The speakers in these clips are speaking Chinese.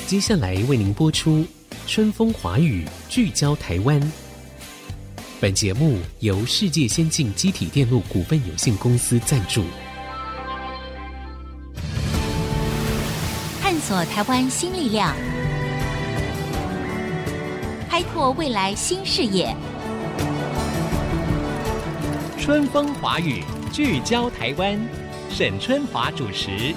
接下来为您播出春风华语，聚焦台湾。本节目由世界先进机体电路股份有限公司赞助。 探索台湾新力量，开拓未来新视野。 春风华语，聚焦台湾，沈春华主持。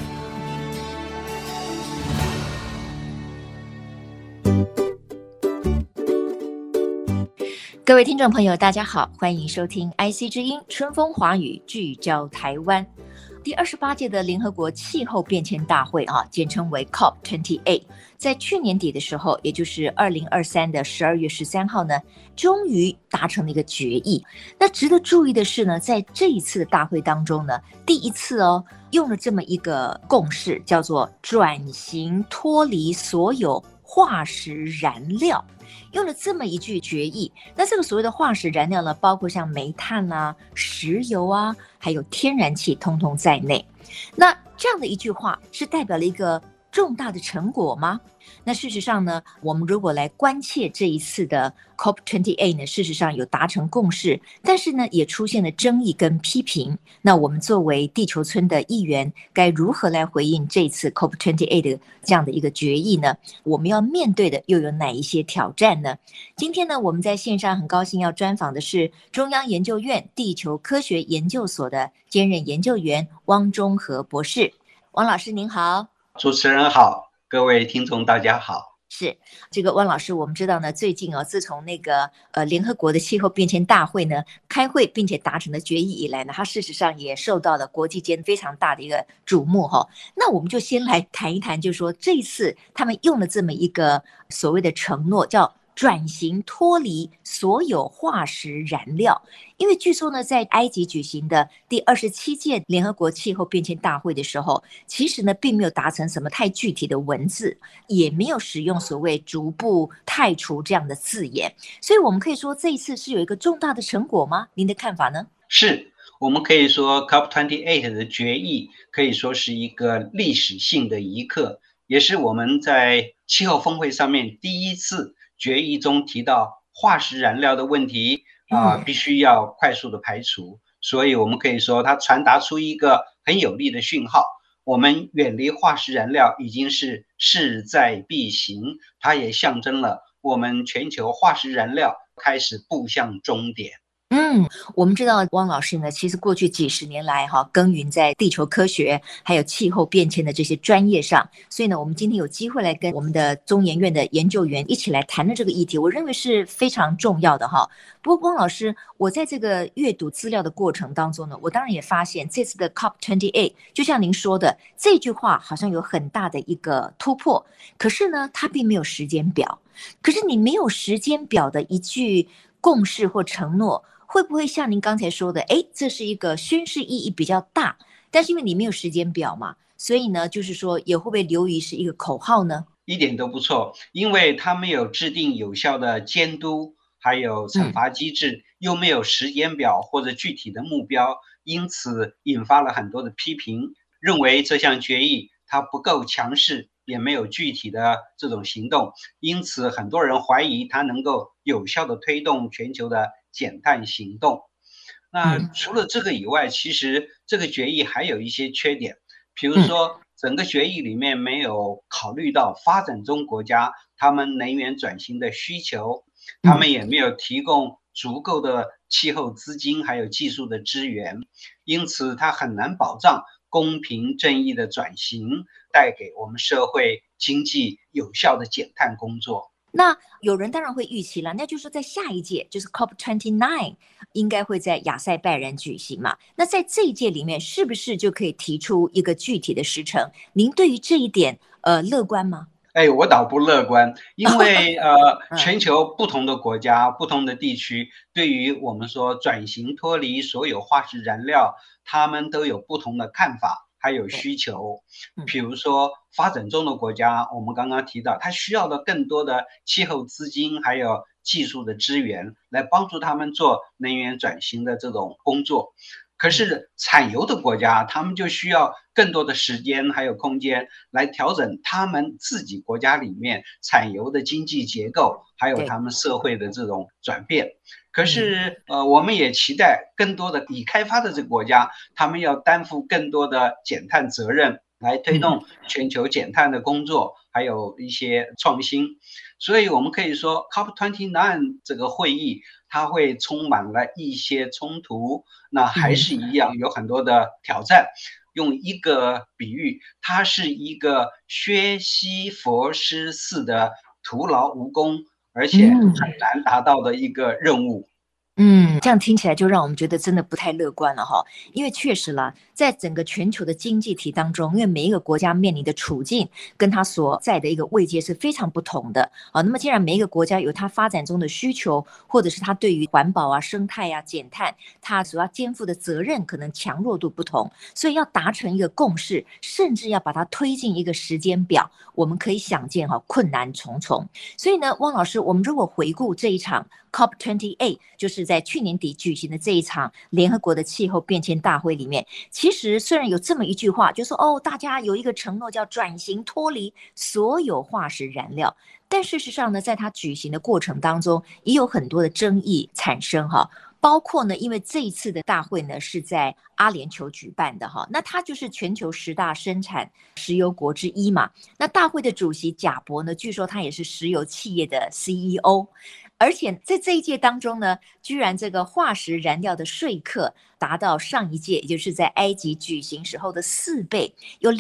各位听众朋友大家好，欢迎收听 IC 之音春风华语，聚焦台湾。第28届的联合国气候变迁大会简称为 COP28， 在去年底的时候，也就是2023的12月13号呢，终于达成了一个决议。那值得注意的是呢，在这一次的大会当中呢，第一次用了这么一个共识，叫做转型脱离所有化石燃料，用了这么一句决议。那这个所谓的化石燃料呢，包括像煤炭啊、石油啊，还有天然气通通在内。那这样的一句话是代表了一个重大的成果吗？那事实上呢，我们如果来关切这一次的 COP28 呢，事实上有达成共识，但是呢也出现了争议跟批评。那我们作为地球村的一员，该如何来回应这次 COP28 的这样的一个决议呢？我们要面对的又有哪一些挑战呢？今天呢，我们在线上很高兴要专访的是中央研究院地球科学研究所的兼任研究员汪中和博士。汪老师您好。 主持人好，各位听众大家好。 是这个汪老师，我们知道呢，最近自从那个联合国的气候变迁大会呢开会并且达成了决议以来呢，它事实上也受到了国际间非常大的一个瞩目那我们就先来谈一谈，就是说这一次他们用了这么一个所谓的承诺，叫转型脱离所有化石燃料。因为据说呢，在埃及举行的第27届联合国气候变迁大会的时候，其实呢并没有达成什么太具体的文字，也没有使用所谓逐步汰除这样的字眼，所以我们可以说这一次是有一个重大的成果吗？您的看法呢？ 是，我们可以说 COP28 的决议可以说是一个历史性的一刻，也是我们在气候峰会上面第一次决议中提到化石燃料的问题必须要快速的排除，所以我们可以说它传达出一个很有力的讯号，我们远离化石燃料已经是势在必行，它也象征了我们全球化石燃料开始步向终点。 我们知道汪老师呢，其实过去几十年来耕耘在地球科学还有气候变迁的这些专业上，所以呢，我们今天有机会来跟我们的中研院的研究员一起来谈的这个议题，我认为是非常重要的不过汪老师，我在这个阅读资料的过程当中呢，我当然也发现这次的 COP28 就像您说的，这句话好像有很大的一个突破，可是呢，它并没有时间表。可是你没有时间表的一句共识或承诺，会不会像您刚才说的，这是一个宣示意义比较大，但是因为你没有时间表嘛，所以呢，就是说也会不会流于是一个口号呢？ 一点都不错，因为它没有制定有效的监督，还有惩罚机制，又没有时间表或者具体的目标，因此引发了很多的批评，认为这项决议它不够强势，也没有具体的这种行动，因此很多人怀疑它能够有效的推动全球的减碳行动。那除了这个以外，其实这个决议还有一些缺点，比如说整个决议里面没有考虑到发展中国家他们能源转型的需求，他们也没有提供足够的气候资金还有技术的支援，因此它很难保障公平正义的转型，带给我们社会经济有效的减碳工作。 那有人当然会预期了，那就是说在下一届就是 COP29 应该会在亚塞拜然举行嘛，那在这一届里面是不是就可以提出一个具体的时程？您对于这一点乐观吗？ 我倒不乐观，因为全球不同的国家不同的地区对于我们说转型脱离所有化石燃料，他们都有不同的看法还有需求。比如说发展中的国家，我们刚刚提到它需要的更多的气候资金还有技术的支援来帮助他们做能源转型的这种工作。 可是产油的国家，他们就需要更多的时间还有空间来调整他们自己国家里面产油的经济结构，还有他们社会的这种转变。可是我们也期待更多的已开发的这个国家，他们要担负更多的减碳责任，来推动全球减碳的工作，还有一些创新。所以我们可以说 COP29 这个会议它会充满了一些冲突，那还是一样有很多的挑战。用一个比喻，它是一个薛西弗斯式的徒劳无功，而且很难达到的一个任务。 这样听起来就让我们觉得真的不太乐观了哈，因为确实啦，在整个全球的经济体当中，因为每一个国家面临的处境跟它所在的一个位阶是非常不同的啊。那么既然每一个国家有它发展中的需求，或者是它对于环保啊、生态啊、减碳，它所要肩负的责任可能强弱度不同，所以要达成一个共识，甚至要把它推进一个时间表，我们可以想见哈，困难重重。所以呢，汪老师，我们如果回顾这一场 COP28， 就是在去年底举行的这一场联合国的气候变迁大会里面，其实虽然有这么一句话，就说大家有一个承诺叫转型脱离所有化石燃料，但事实上呢，在它举行的过程当中，也有很多的争议产生哈。包括呢，因为这一次的大会呢是在阿联酋举办的哈，那它就是全球10大生产石油国之一嘛。那大会的主席贾博呢，据说他也是石油企业的 CEO。而且在这一届当中呢，居然这个化石燃料的说客达到上一届，也就是在埃及举行时候的4倍，有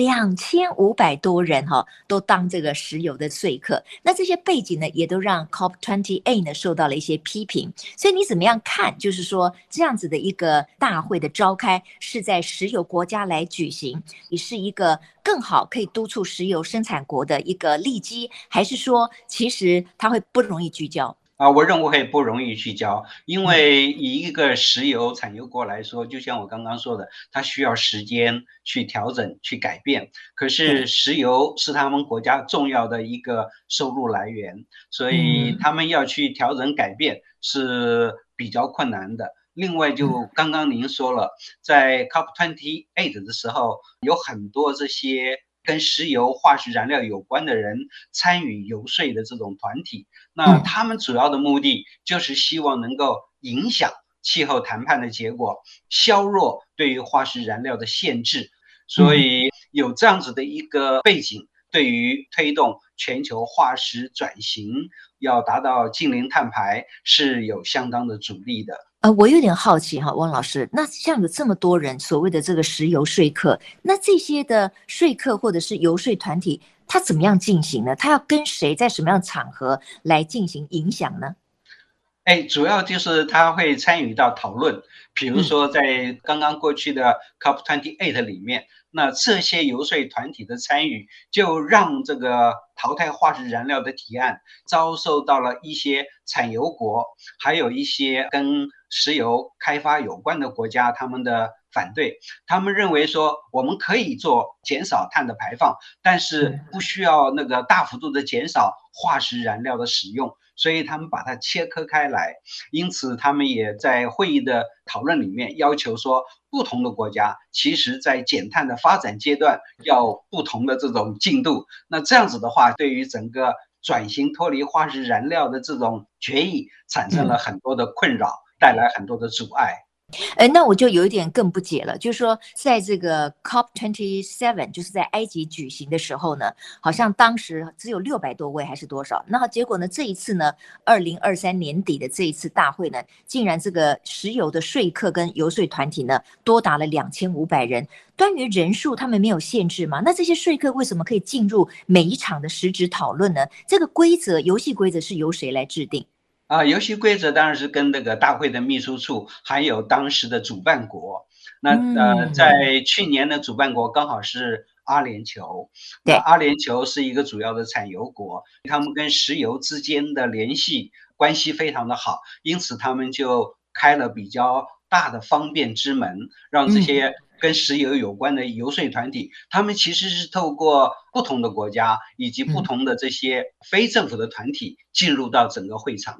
2500多人都当这个石油的说客。那这些背景呢，也都让 COP28 呢受到了一些批评。所以你怎么样看？就是说这样子的一个大会的召开是在石油国家来举行，也是一个更好可以督促石油生产国的一个利基，还是说其实它会不容易聚焦？ 我认为会不容易聚焦，因为以一个石油产油国来说，就像我刚刚说的，它需要时间去调整、去改变。可是石油是他们国家重要的一个收入来源，所以他们要去调整改变是比较困难的。另外，就刚刚您说了，在 COP28 的时候，有很多这些跟石油化石燃料有关的人参与游说的这种团体，那他们主要的目的就是希望能够影响气候谈判的结果，削弱对于化石燃料的限制。所以有这样子的一个背景，对于推动全球化石转型要达到净零碳排是有相当的阻力的。 我有点好奇哈，汪老师，那像有这么多人所谓的这个石油说客，那这些的说客或者是游说团体，他怎么样进行呢？他要跟谁在什么样的场合来进行影响呢？ 主要就是他会参与到讨论，比如说在刚刚过去的 COP28 里面，那这些游说团体的参与，就让这个淘汰化石燃料的提案遭受到了一些产油国，还有一些跟石油开发有关的国家他们的反对。他们认为说，我们可以做减少碳的排放，但是不需要那个大幅度的减少化石燃料的使用，所以他们把它切割开来。因此他们也在会议的讨论里面要求说，不同的国家其实在减碳的发展阶段要不同的这种进度。那这样子的话，对于整个转型脱离化石燃料的这种决议产生了很多的困扰，带来很多的阻碍。 那我就有一点更不解了，就是说在这个 COP27 就是在埃及举行的时候呢，好像当时只有600多位还是多少，那结果呢这一次呢2023年底的这一次大会呢，竟然这个石油的说客跟游说团体呢多达了2500人。关于人数他们没有限制吗？那这些说客为什么可以进入每一场的实质讨论呢？这个规则游戏规则是由谁来制定？ 游戏规则当然是跟那个大会的秘书处还有当时的主办国。那在去年的主办国刚好是阿联酋，阿联酋是一个主要的产油国，他们跟石油之间的联系关系非常的好，因此他们就开了比较大的方便之门，让这些跟石油有关的游说团体，他们其实是透过不同的国家以及不同的这些非政府的团体进入到整个会场的。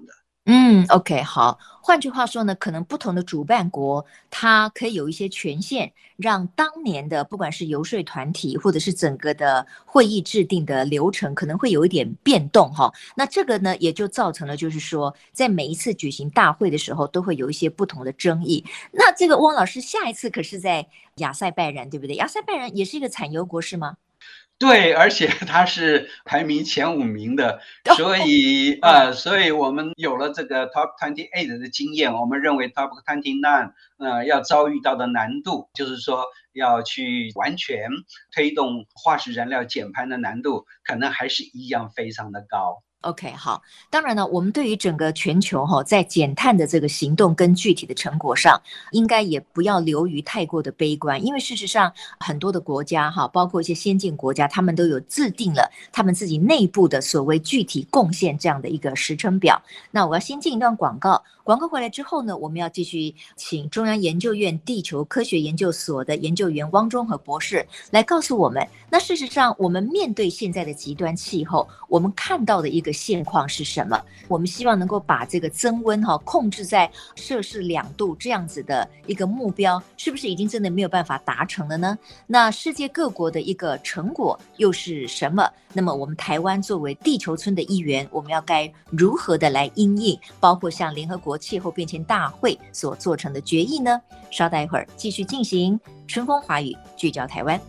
OK， 好。换句话说呢，可能不同的主办国，它可以有一些权限，让当年的不管是游说团体，或者是整个的会议制定的流程，可能会有一点变动哈。那这个呢，也就造成了就是说，在每一次举行大会的时候，都会有一些不同的争议。那这个汪老师下一次可是在亚塞拜然，对不对？亚塞拜然也是一个产油国是吗？ 对，而且它是排名前5名的，所以我们有了这个 Top 28的经验，我们认为 Top 29要遭遇到的难度，就是说要去完全推动化石燃料减排的难度，可能还是一样非常的高。 OK， 好。当然呢，我们对于整个全球在减碳的这个行动跟具体的成果上，应该也不要流于太过的悲观，因为事实上很多的国家包括一些先进国家，他们都有制定了他们自己内部的所谓具体贡献这样的一个时程表。那我要先进一段广告，广告回来之后呢，我们要继续请中央研究院地球科学研究所的研究员汪忠和博士来告诉我们，那事实上我们面对现在的极端气候，我们看到的一个现况是什么？我们希望能够把这个增温控制在摄氏2度这样子的一个目标，是不是已经真的没有办法达成了呢？那世界各国的一个成果又是什么？那么我们台湾作为地球村的一员，我们要该如何的来因应，包括像联合国气候变迁大会所做成的决议呢？稍待一会儿继续进行春风华语聚焦台湾。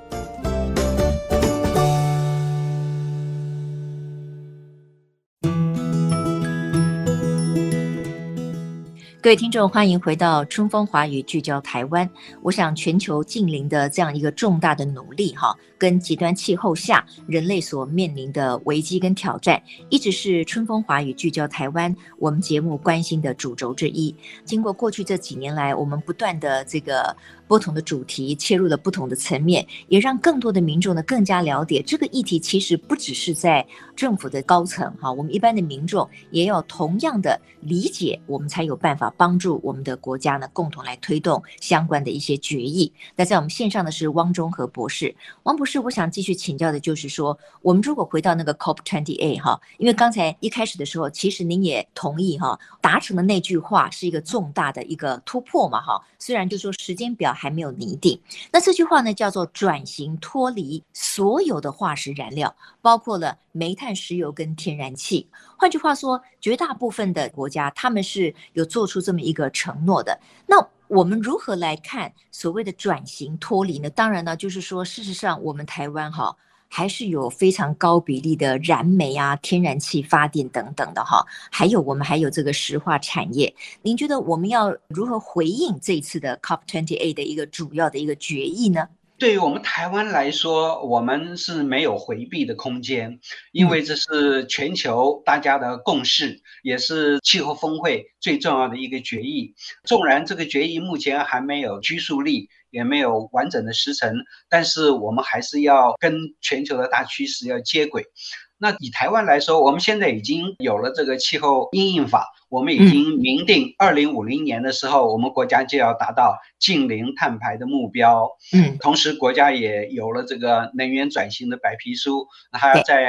各位听众，欢迎回到春风华语聚焦台湾。我想全球近邻的这样一个重大的努力跟极端气候下人类所面临的危机跟挑战，一直是春风华语聚焦台湾我们节目关心的主轴之一。经过过去这几年来，我们不断的这个不同的主题切入了不同的层面，也让更多的民众呢更加了解这个议题其实不只是在政府的高层我们一般的民众也要同样的理解，我们才有办法帮助我们的国家呢共同来推动相关的一些决议。那在我们线上的是汪忠和博士。汪博士，我想继续请教的就是说，我们如果回到那个 COP28 因为刚才一开始的时候其实您也同意达成的那句话是一个重大的一个突破嘛虽然就说时间表还没有拟定，那这句话呢叫做转型脱离所有的化石燃料，包括了煤炭、石油跟天然气。换句话说，绝大部分的国家他们是有做出这么一个承诺的。那我们如何来看所谓的转型脱离呢？当然呢，就是说事实上我们台湾还是有非常高比例的燃煤天然气发电等等的还有我们还有这个石化产业。您觉得我们要如何回应这一次的 COP28 的一个主要的一个决议呢？ 对于我们台湾来说，我们是没有回避的空间，因为这是全球大家的共识，也是气候峰会最重要的一个决议。纵然这个决议目前还没有拘束力，也没有完整的时程，但是我们还是要跟全球的大趋势要接轨。那以台湾来说，我们现在已经有了这个气候因应法，我们已经明定2050年的时候，我们国家就要达到净零碳排的目标。同时国家也有了这个能源转型的白皮书，还要在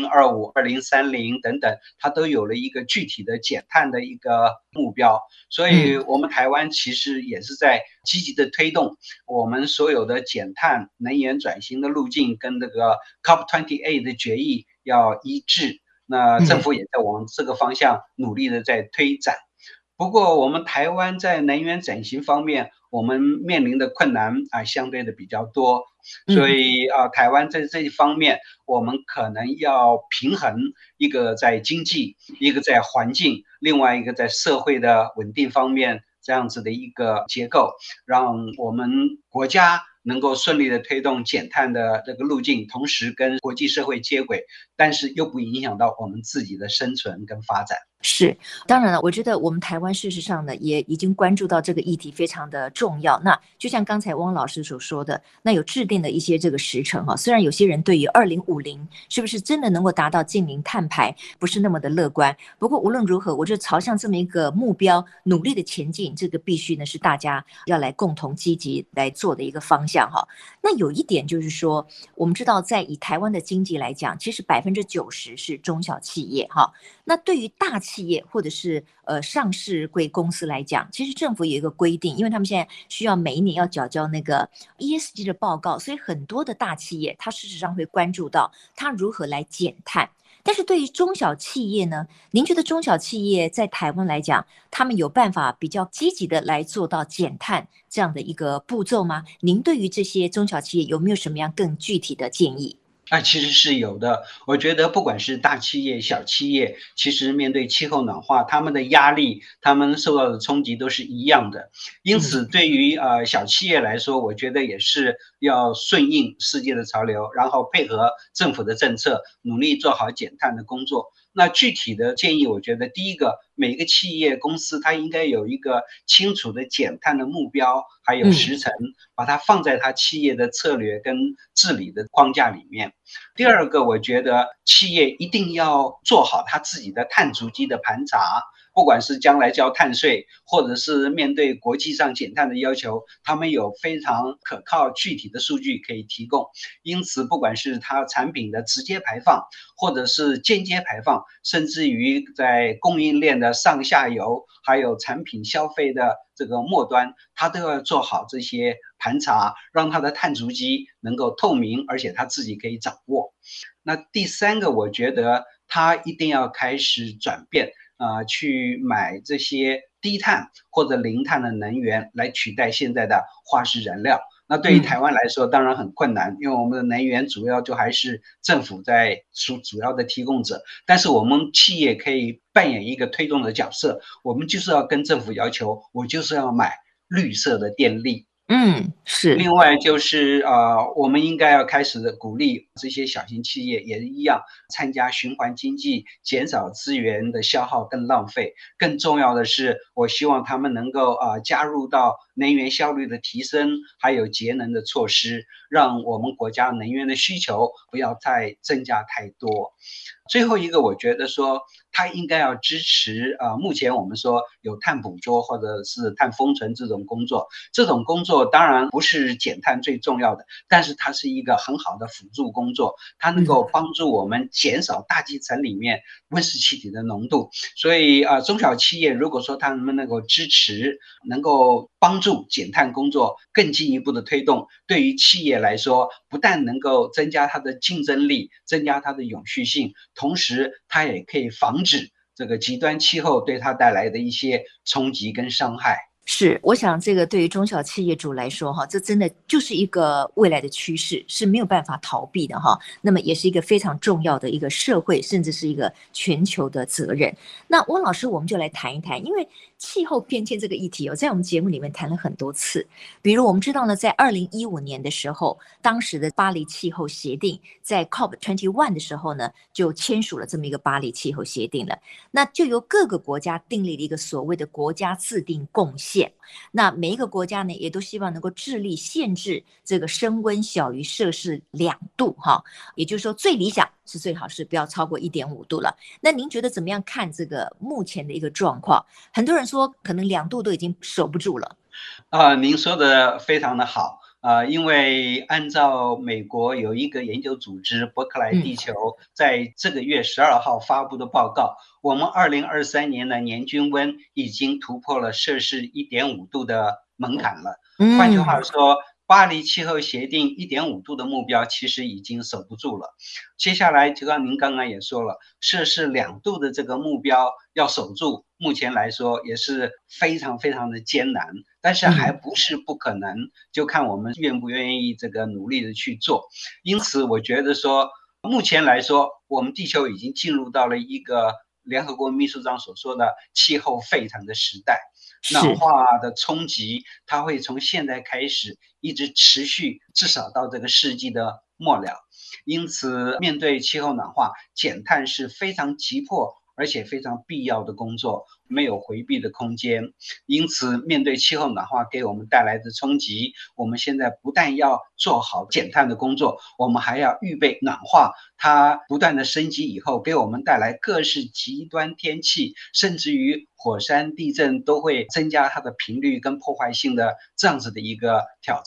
2025、2030等等，它都有了一个具体的减碳的一个目标。所以我们台湾其实也是在积极的推动我们所有的减碳、能源转型的路径跟这个 COP28 的决议要一致，那政府也在往这个方向努力的在推展。不过我们台湾在能源转型方面，我们面临的困难相对的比较多，所以台湾在这一方面，我们可能要平衡，一个在经济，一个在环境，另外一个在社会的稳定方面，这样子的一个结构，让我们国家能够顺利的推动减碳的这个路径，同时跟国际社会接轨，但是又不影响到我们自己的生存跟发展。 是，当然了，我觉得我们台湾事实上呢，也已经关注到这个议题非常的重要。那就像刚才汪老师所说的，那有制定的一些这个时程虽然有些人对于2050是不是真的能够达到净零碳排不是那么的乐观，不过无论如何，我觉得朝向这么一个目标努力的前进，这个必须呢是大家要来共同积极来做的一个方向那有一点就是说，我们知道在以台湾的经济来讲，其实90%是中小企业那对于大企业或者是上市贵公司来讲，其实政府有一个规定，因为他们现在需要每一年要缴交那个 ESG 的报告，所以很多的大企业它事实上会关注到它如何来减碳。但是对于中小企业呢，您觉得中小企业在台湾来讲，他们有办法比较积极的来做到减碳这样的一个步骤吗？您对于这些中小企业有没有什么样更具体的建议？ 其实是有的。我觉得不管是大企业、小企业，其实面对气候暖化，他们的压力、他们受到的冲击都是一样的。因此，对于小企业来说，我觉得也是要顺应世界的潮流，然后配合政府的政策，努力做好减碳的工作。那具体的建议，我觉得第一个，每一个企业公司它应该有一个清楚的减碳的目标，还有时程，把它放在它企业的策略跟治理的框架里面。第二个，我觉得企业一定要做好它自己的碳足迹的盘查，不管是将来交碳税，或者是面对国际上减碳的要求，他们有非常可靠具体的数据可以提供。因此，不管是它产品的直接排放，或者是间接排放，甚至于在供应链的上下游，还有产品消费的这个末端，它都要做好这些盘查，让它的碳足迹能够透明，而且它自己可以掌握。那第三个，我觉得它一定要开始转变，去买这些低碳或者零碳的能源来取代现在的化石燃料。那对于台湾来说当然很困难，因为我们的能源主要就还是政府在主要的提供者，但是我们企业可以扮演一个推动的角色，我们就是要跟政府要求，我就是要买绿色的电力。 是。 另外就是我们应该要开始鼓励这些小型企业也一样参加循环经济，减少资源的消耗跟浪费。更重要的是，我希望他们能够加入到能源效率的提升，还有节能的措施，让我们国家能源的需求不要再增加太多。最后一个，我觉得说它应该要支持目前我们说有碳捕捉或者是碳封存这种工作，这种工作当然不是减碳最重要的，但是它是一个很好的辅助工作，它能够帮助我们减少大气层里面温室气体的浓度。所以中小企业如果说他们能够支持，能够帮助减碳工作更进一步的推动，对于企业来说，不但能够增加它的竞争力，增加它的永续性，同时它也可以防止这个极端气候对它带来的一些冲击跟伤害。 是，我想这个对于中小企业主来说，这真的就是一个未来的趋势，是没有办法逃避的哈。那么也是一个非常重要的一个社会，甚至是一个全球的责任。那汪老师，我们就来谈一谈，因为气候变迁这个议题在我们节目里面谈了很多次。比如我们知道呢，在2015年的时候，当时的巴黎气候协定在 COP21 的时候呢，就签署了这么一个巴黎气候协定了。那就由各个国家订立了一个所谓的国家自定贡献。那每一个国家呢，也都希望能够致力限制这个升温小于摄氏2度哈，也就是说最理想是最好是不要超过1.5度了。那您觉得怎么样看这个目前的一个状况？很多人说可能2度都已经守不住了。 您说的非常的好。因为按照美国有一个研究组织伯克莱地球在这个月12号发布的报告，我们2023年的年均温已经突破了摄氏1.5度的门槛了。换句话说，巴黎气候协定1.5度的目标其实已经守不住了。接下来就像您刚刚也说了，摄氏2度的这个目标要守住，目前来说也是非常非常的艰难，但是还不是不可能，就看我们愿不愿意这个努力的去做。因此我觉得说，目前来说我们地球已经进入到了一个联合国秘书长所说的气候沸腾的时代。暖化的冲击它会从现在开始一直持续，至少到这个世纪的末了。因此面对气候暖化，减碳是非常急迫而且非常必要的工作，没有回避的空间。因此面对气候暖化给我们带来的冲击，我们现在不但要做好减碳的工作，我们还要预备暖化它不断的升级以后给我们带来各式极端天气，甚至于火山地震都会增加它的频率跟破坏性的这样子的一个挑战。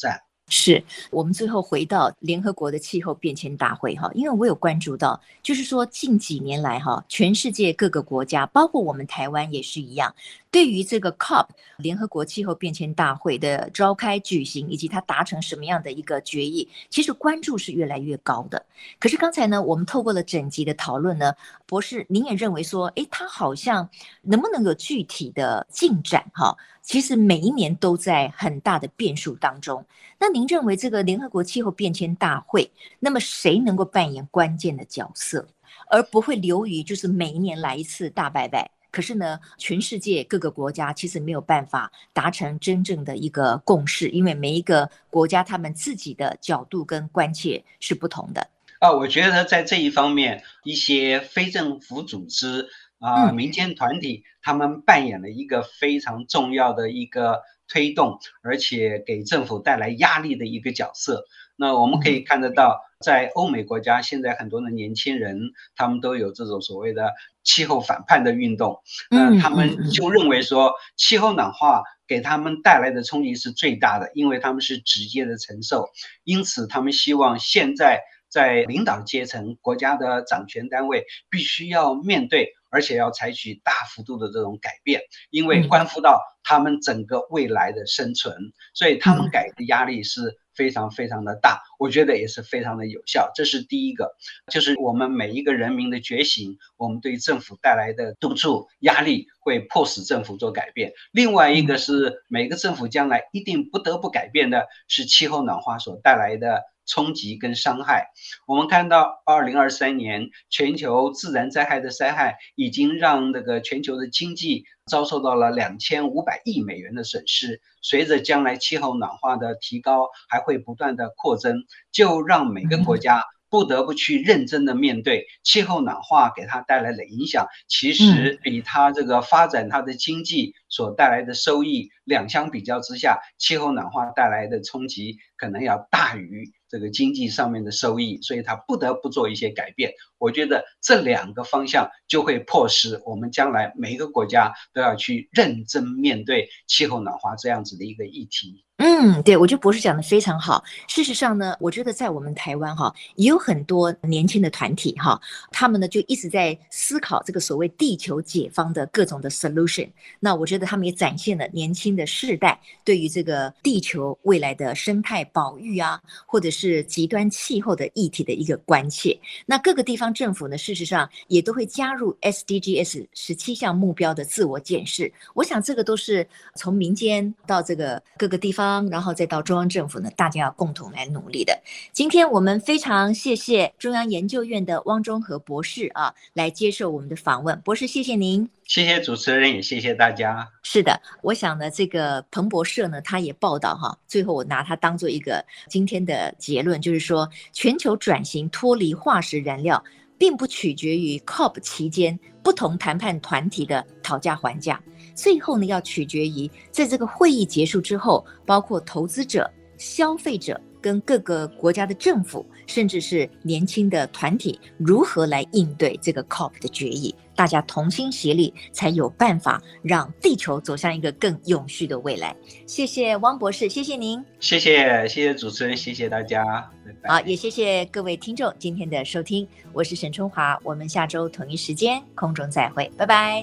是我们最后回到联合国的气候变迁大会哈，因为我有关注到，就是说近几年来哈，全世界各个国家，包括我们台湾也是一样，对于这个 COP 联合国气候变迁大会的召开举行，以及它达成什么样的一个决议，其实关注是越来越高的。可是刚才呢，我们透过了整集的讨论呢，博士您也认为说，它好像能不能有具体的进展哈？其实每一年都在很大的变数当中。那您认为这个联合国气候变迁大会，那么谁能够扮演关键的角色，而不会流于就是每一年来一次大拜拜？可是呢，全世界各个国家其实没有办法达成真正的一个共识，因为每一个国家他们自己的角度跟关切是不同的。 我觉得在这一方面，一些非政府组织民间团体，他们扮演了一个非常重要的一个推动，而且给政府带来压力的一个角色。那我们可以看得到，在欧美国家，现在很多的年轻人，他们都有这种所谓的气候反叛的运动。他们就认为说，气候暖化给他们带来的冲击是最大的，因为他们是直接的承受。因此，他们希望现在在领导阶层、国家的掌权单位必须要面对，而且要采取大幅度的这种改变，因为关乎到他们整个未来的生存，所以他们改的压力是非常非常的大，我觉得也是非常的有效。这是第一个，就是我们每一个人民的觉醒，我们对政府带来的督促压力会迫使政府做改变。另外一个是每个政府将来一定不得不改变的是气候暖化所带来的冲击跟伤害。我们看到2023年全球自然灾害的灾害已经让那个全球的经济遭受到了2500亿美元的损失，随着将来气候暖化的提高还会不断的扩增，就让每个国家不得不去认真的面对气候暖化给它带来的影响，其实比它这个发展它的经济所带来的收益两相比较之下，气候暖化带来的冲击可能要大于这个经济上面的收益，所以它不得不做一些改变。我觉得这两个方向就会迫使我们将来每一个国家都要去认真面对气候暖化这样子的一个议题。 对，我觉得博士讲的非常好。事实上呢，我觉得在我们台湾也有很多年轻的团体他们呢就一直在思考这个所谓地球解放的各种的 solution。那我觉得他们也展现了年轻的世代对于这个地球未来的生态保育或者是极端气候的议题的一个关切。那各个地方政府呢，事实上也都会加入 SDGs 17项目标的自我检视。我想这个都是从民间到这个各个地方，然后再到中央政府呢，大家要共同来努力的。今天我们非常谢谢中央研究院的汪中和博士来接受我们的访问。博士，谢谢您。 谢谢主持人，也谢谢大家。 是的，我想呢，这个彭博社呢，他也报道最后我拿它当做一个今天的结论，就是说全球转型脱离化石燃料，并不取决于 COP 期间不同谈判团体的讨价还价，最后呢要取决于在这个会议结束之后，包括投资者、消费者跟各个国家的政府，甚至是年轻的团体如何来应对这个 COP 的决议。大家同心协力，才有办法让地球走向一个更永续的未来。谢谢汪博士，谢谢您。 谢谢主持人，谢谢大家。拜拜。 好，也谢谢各位听众今天的收听，我是沈春华，我们下周同一时间空中再会，拜拜。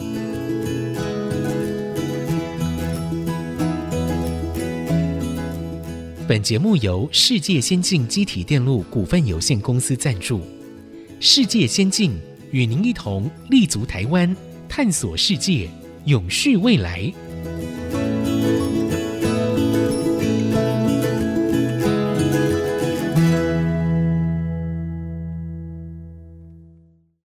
本节目由世界先进机体电路股份有限公司赞助，世界先进与您一同立足台湾，探索世界，永续未来。